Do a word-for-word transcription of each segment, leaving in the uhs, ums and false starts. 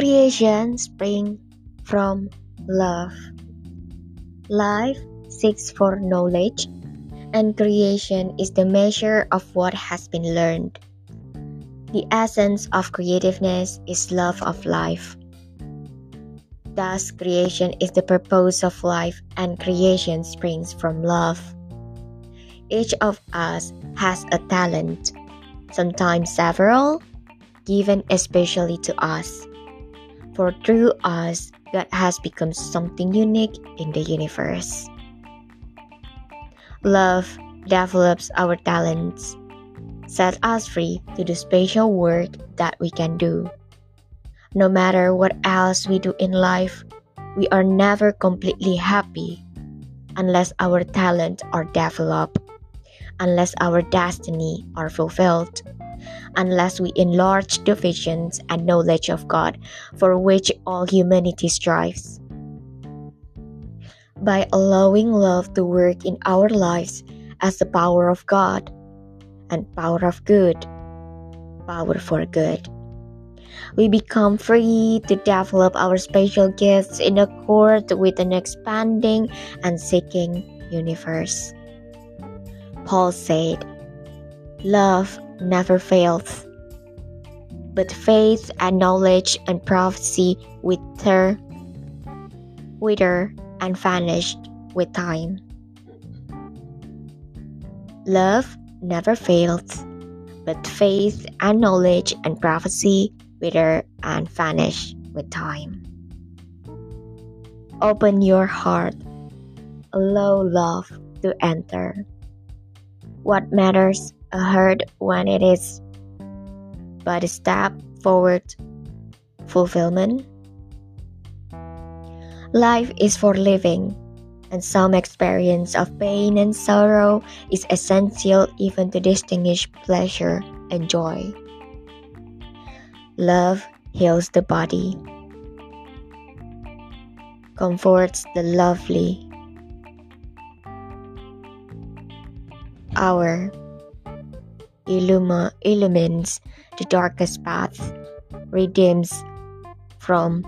creation spring from love. Life seeks for knowledge, and creation is the measure of what has been learned. The essence of creativeness is love of life. Thus, creation is the purpose of life, and creation springs from love. Each of us has a talent, sometimes several, given especially to us. For through us, God has become something unique in the universe. Love develops our talents, sets us free to do special work that we can do. No matter what else we do in life, we are never completely happy unless our talents are developed, unless our destiny are fulfilled, unless we enlarge the visions and knowledge of God for which all humanity strives. By allowing love to work in our lives as the power of God and power of good, power for good, we become free to develop our special gifts in accord with an expanding and seeking universe. Paul said, "Love never fails, but faith and knowledge and prophecy wither, wither and vanish with time." Love never fails, but faith and knowledge and prophecy wither and vanish with time. Open your heart, allow love to enter. What matters ahead when it is but a step forward, fulfillment? Life is for living, and some experience of pain and sorrow is essential even to distinguish pleasure and joy. Love heals the body, comforts the lovely, our illuma, illumines the darkest path, redeems from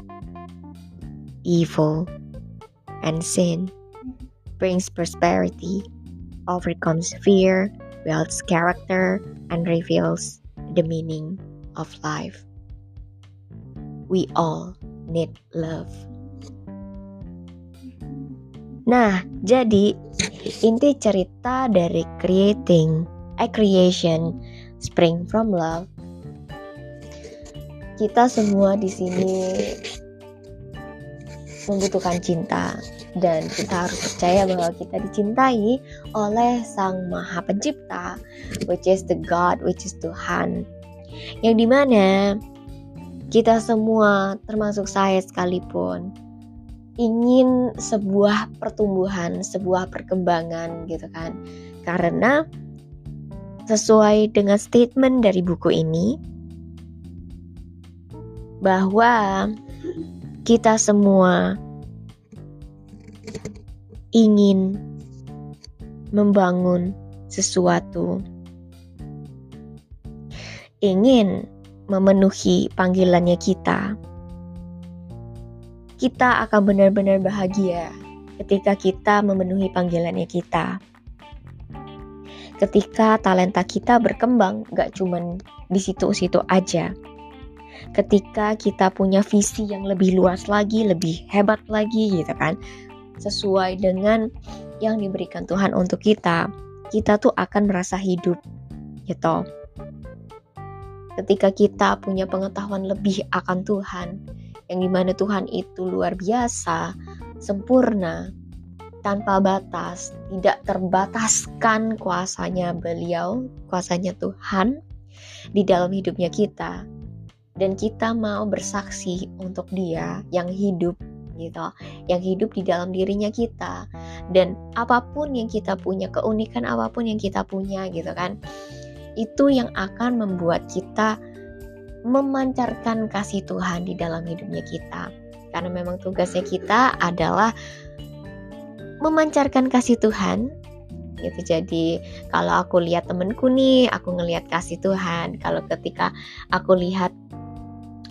evil and sin, brings prosperity, overcomes fear, builds character, and reveals the meaning of life. We all need love. Nah, jadi inti cerita dari creating, a creation spring from love. Kita semua di sini membutuhkan cinta, dan kita harus percaya bahwa kita dicintai oleh Sang Maha Pencipta, which is the God, which is Tuhan, yang dimana kita semua, termasuk saya sekalipun, ingin sebuah pertumbuhan, sebuah perkembangan gitu kan. Karena sesuai dengan statement dari buku ini, bahwa kita semua ingin membangun sesuatu, ingin memenuhi panggilannya kita. Kita akan benar-benar bahagia ketika kita memenuhi panggilannya kita. Ketika talenta kita berkembang, gak cuman di situ-situ aja. Ketika kita punya visi yang lebih luas lagi, lebih hebat lagi gitu kan, sesuai dengan yang diberikan Tuhan untuk kita, kita tuh akan merasa hidup gitu. Ketika kita punya pengetahuan lebih akan Tuhan, yang dimana Tuhan itu luar biasa, sempurna, tanpa batas, tidak terbataskan kuasanya beliau, kuasanya Tuhan di dalam hidupnya kita. Dan kita mau bersaksi untuk Dia yang hidup gitu, yang hidup di dalam dirinya kita. Dan apapun yang kita punya, keunikan apapun yang kita punya gitu kan, itu yang akan membuat kita memancarkan kasih Tuhan di dalam hidupnya kita. Karena memang tugasnya kita adalah memancarkan kasih Tuhan gitu. Jadi kalau aku lihat temenku nih, aku ngelihat kasih Tuhan. Kalau ketika aku lihat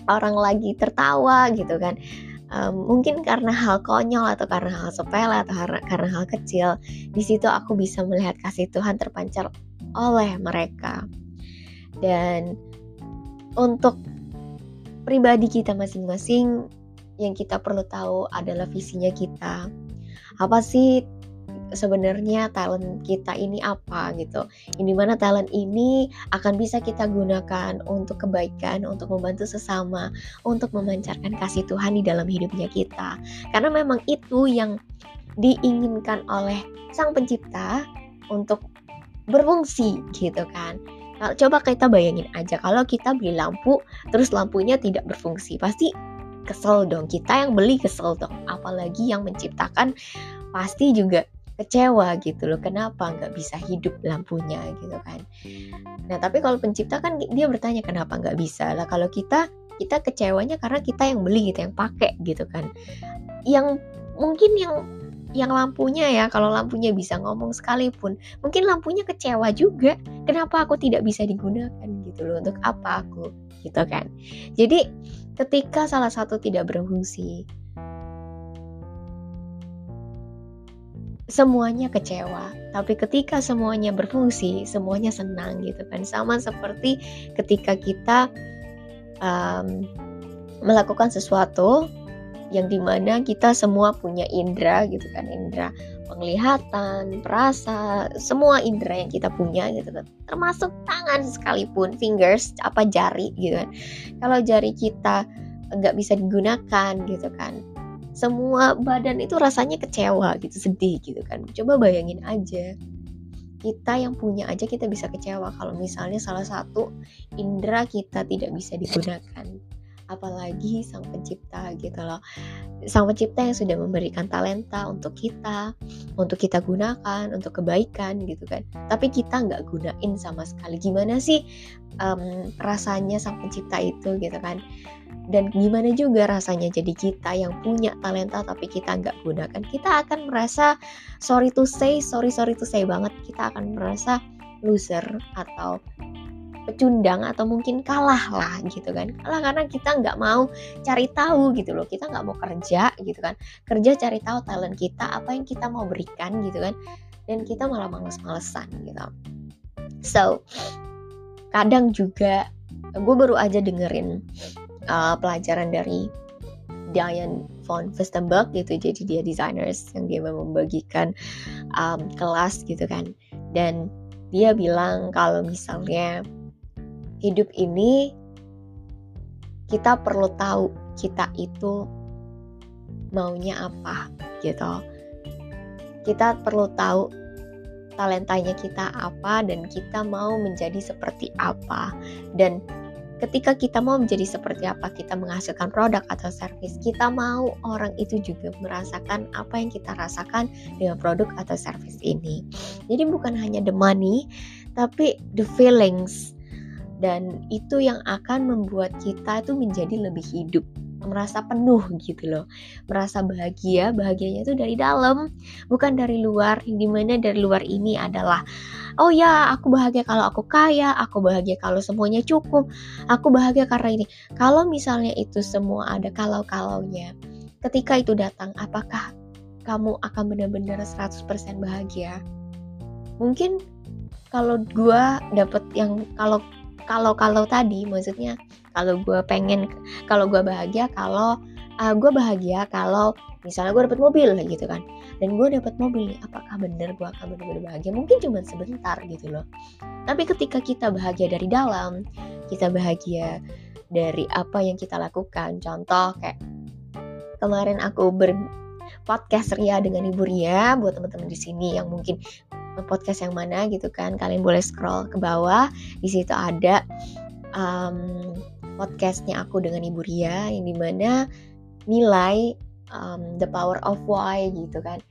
orang lagi tertawa gitu kan, um, mungkin karena hal konyol atau karena hal sepele atau karena, karena hal kecil, di situ aku bisa melihat kasih Tuhan terpancar oleh mereka. Dan untuk pribadi kita masing-masing, yang kita perlu tahu adalah visinya kita. Apa sih sebenarnya talent kita ini apa gitu. Yang dimana talent ini akan bisa kita gunakan untuk kebaikan, untuk membantu sesama, untuk memancarkan kasih Tuhan di dalam hidupnya kita. Karena memang itu yang diinginkan oleh Sang Pencipta untuk berfungsi gitu kan. Coba kita bayangin aja kalau kita beli lampu terus lampunya tidak berfungsi, pasti kesel dong, kita yang beli kesel dong, apalagi yang menciptakan pasti juga kecewa gitu loh, kenapa nggak bisa hidup lampunya gitu kan. Nah tapi kalau pencipta kan dia bertanya kenapa nggak bisa lah, kalau kita kita kecewanya karena kita yang beli gitu, yang pakai gitu kan, yang mungkin yang yang lampunya ya, kalau lampunya bisa ngomong sekalipun, mungkin lampunya kecewa juga, kenapa aku tidak bisa digunakan gitu loh, untuk apa aku gitu kan. Jadi ketika salah satu tidak berfungsi, semuanya kecewa. Tapi ketika semuanya berfungsi, semuanya senang gitu kan. Sama seperti ketika kita um, melakukan sesuatu yang dimana kita semua punya indera gitu kan, indera penglihatan, perasa, semua indera yang kita punya gitu kan, termasuk tangan sekalipun, fingers, apa jari gitu kan. Kalau jari kita nggak bisa digunakan gitu kan, semua badan itu rasanya kecewa gitu, sedih gitu kan. Coba bayangin aja, kita yang punya aja kita bisa kecewa kalau misalnya salah satu indera kita tidak bisa digunakan, apalagi Sang Pencipta gitu loh. Sang Pencipta yang sudah memberikan talenta untuk kita, untuk kita gunakan, untuk kebaikan gitu kan, tapi kita nggak gunain sama sekali. Gimana sih um, rasanya Sang Pencipta itu gitu kan. Dan gimana juga rasanya jadi kita yang punya talenta tapi kita nggak gunakan. Kita akan merasa sorry to say, sorry sorry to say banget. Kita akan merasa loser atau pecundang atau mungkin kalah lah gitu kan. Kalah karena kita nggak mau cari tahu gitu loh, kita nggak mau kerja gitu kan, kerja cari tahu talent kita, apa yang kita mau berikan gitu kan, dan kita malah males-malesan gitu. So kadang juga gue baru aja dengerin uh, pelajaran dari Diane von Furstenberg gitu, jadi dia designers yang dia membagikan um, kelas gitu kan, dan dia bilang kalau misalnya hidup ini kita perlu tahu kita itu maunya apa gitu. Kita perlu tahu talentanya kita apa dan kita mau menjadi seperti apa. Dan ketika kita mau menjadi seperti apa, kita menghasilkan produk atau service, kita mau orang itu juga merasakan apa yang kita rasakan dengan produk atau service ini. Jadi bukan hanya the money, tapi the feelings. Dan itu yang akan membuat kita itu menjadi lebih hidup, merasa penuh gitu loh, merasa bahagia. Bahagianya itu dari dalam, bukan dari luar. Yang dimana dari luar ini adalah, oh ya aku bahagia kalau aku kaya, aku bahagia kalau semuanya cukup, aku bahagia karena ini. Kalau misalnya itu semua ada kalau-kalaunya, ketika itu datang, apakah kamu akan benar-benar seratus persen bahagia? Mungkin kalau gue dapet yang kalau kalau-kalau tadi, maksudnya kalau gue pengen, kalau gue bahagia kalau uh, gue bahagia kalau misalnya gue dapet mobil gitu kan, dan gue dapet mobil nih, apakah bener gue akan benar-benar bahagia? Mungkin cuma sebentar gitu loh. Tapi ketika kita bahagia dari dalam, kita bahagia dari apa yang kita lakukan. Contoh kayak kemarin aku ber podcast Ria dengan Ibu Ria, buat teman-teman di sini yang mungkin podcast yang mana gitu kan, kalian boleh scroll ke bawah, di situ ada um, podcastnya aku dengan Ibu Ria yang dimana nilai um, the power of why gitu kan.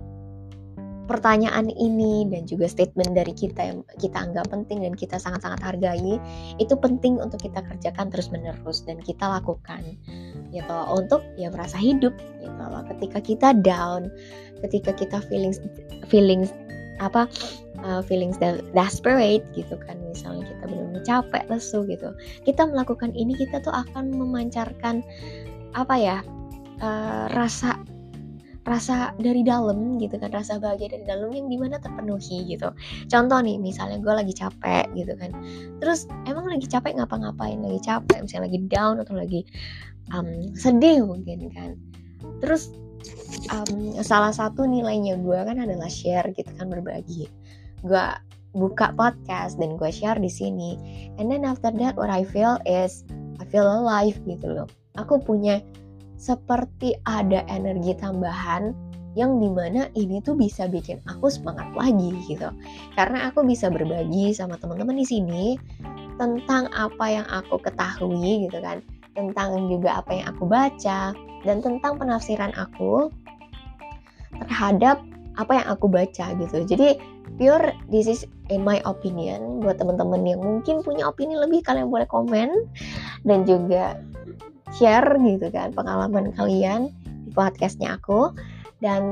Pertanyaan ini dan juga statement dari kita yang kita anggap penting dan kita sangat-sangat hargai, itu penting untuk kita kerjakan terus-menerus dan kita lakukan gitu untuk ya merasa hidup gitu loh. Ketika kita down, ketika kita feelings feelings apa uh, feelings desperate gitu kan, misalnya kita benar-benar capek, lesu gitu. Kita melakukan ini, kita tuh akan memancarkan apa ya, uh, rasa rasa dari dalam gitu kan, rasa bahagia dari dalam yang dimana terpenuhi gitu. Contoh nih, misalnya gue lagi capek gitu kan, terus emang lagi capek ngapa-ngapain, lagi capek misalnya lagi down atau lagi um, sedih mungkin kan, terus um, salah satu nilainya gue kan adalah share gitu kan, berbagi. Gue buka podcast dan gue share di sini, and then after that what I feel is I feel alive gitu loh. Aku punya seperti ada energi tambahan yang dimana ini tuh bisa bikin aku semangat lagi gitu, karena aku bisa berbagi sama teman-teman di sini tentang apa yang aku ketahui gitu kan, tentang juga apa yang aku baca dan tentang penafsiran aku terhadap apa yang aku baca gitu. Jadi pure this is in my opinion. Buat teman-teman yang mungkin punya opini lebih, kalian boleh komen dan juga share gitu kan pengalaman kalian di podcastnya aku. Dan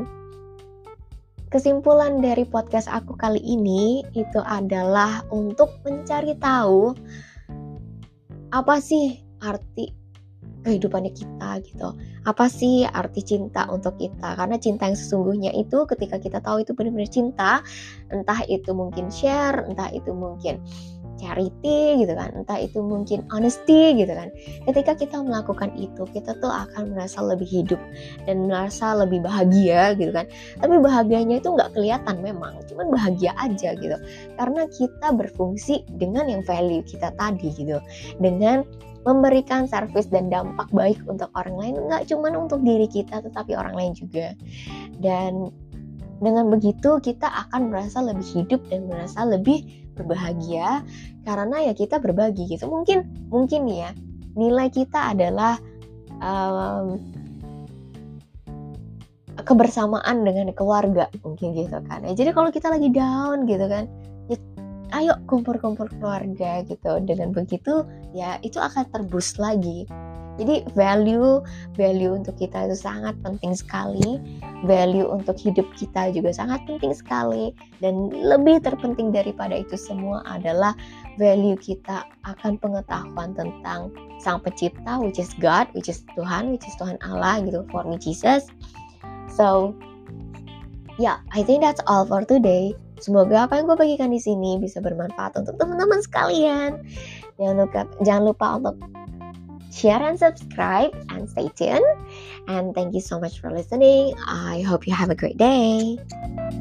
kesimpulan dari podcast aku kali ini itu adalah untuk mencari tahu apa sih arti kehidupannya kita gitu. Apa sih arti cinta untuk kita? Karena cinta yang sesungguhnya itu ketika kita tahu itu benar-benar cinta, entah itu mungkin share, entah itu mungkin charity gitu kan, entah itu mungkin honesty gitu kan. Ketika kita melakukan itu, kita tuh akan merasa lebih hidup dan merasa lebih bahagia gitu kan. Tapi bahagianya itu nggak kelihatan memang, cuman bahagia aja gitu. Karena kita berfungsi dengan yang value kita tadi gitu, dengan memberikan service dan dampak baik untuk orang lain, nggak cuman untuk diri kita tetapi orang lain juga. Dan dengan begitu kita akan merasa lebih hidup dan merasa lebih berbahagia karena ya kita berbagi gitu. Mungkin mungkin ya nilai kita adalah um, kebersamaan dengan keluarga mungkin gitu kan. Ya, jadi kalau kita lagi down gitu kan, ya, ayo kumpul-kumpul keluarga gitu. Dengan begitu ya itu akan terboost lagi. Jadi value value untuk kita itu sangat penting sekali. Value untuk hidup kita juga sangat penting sekali. Dan lebih terpenting daripada itu semua adalah value kita akan pengetahuan tentang Sang Pencipta, which is God, which is Tuhan, which is Tuhan Allah gitu, for me Jesus. So, yeah, I think that's all for today. Semoga apa yang gue bagikan di sini bisa bermanfaat untuk teman-teman sekalian. Jangan lupa, jangan lupa untuk share and subscribe and stay tuned. And thank you so much for listening. I hope you have a great day.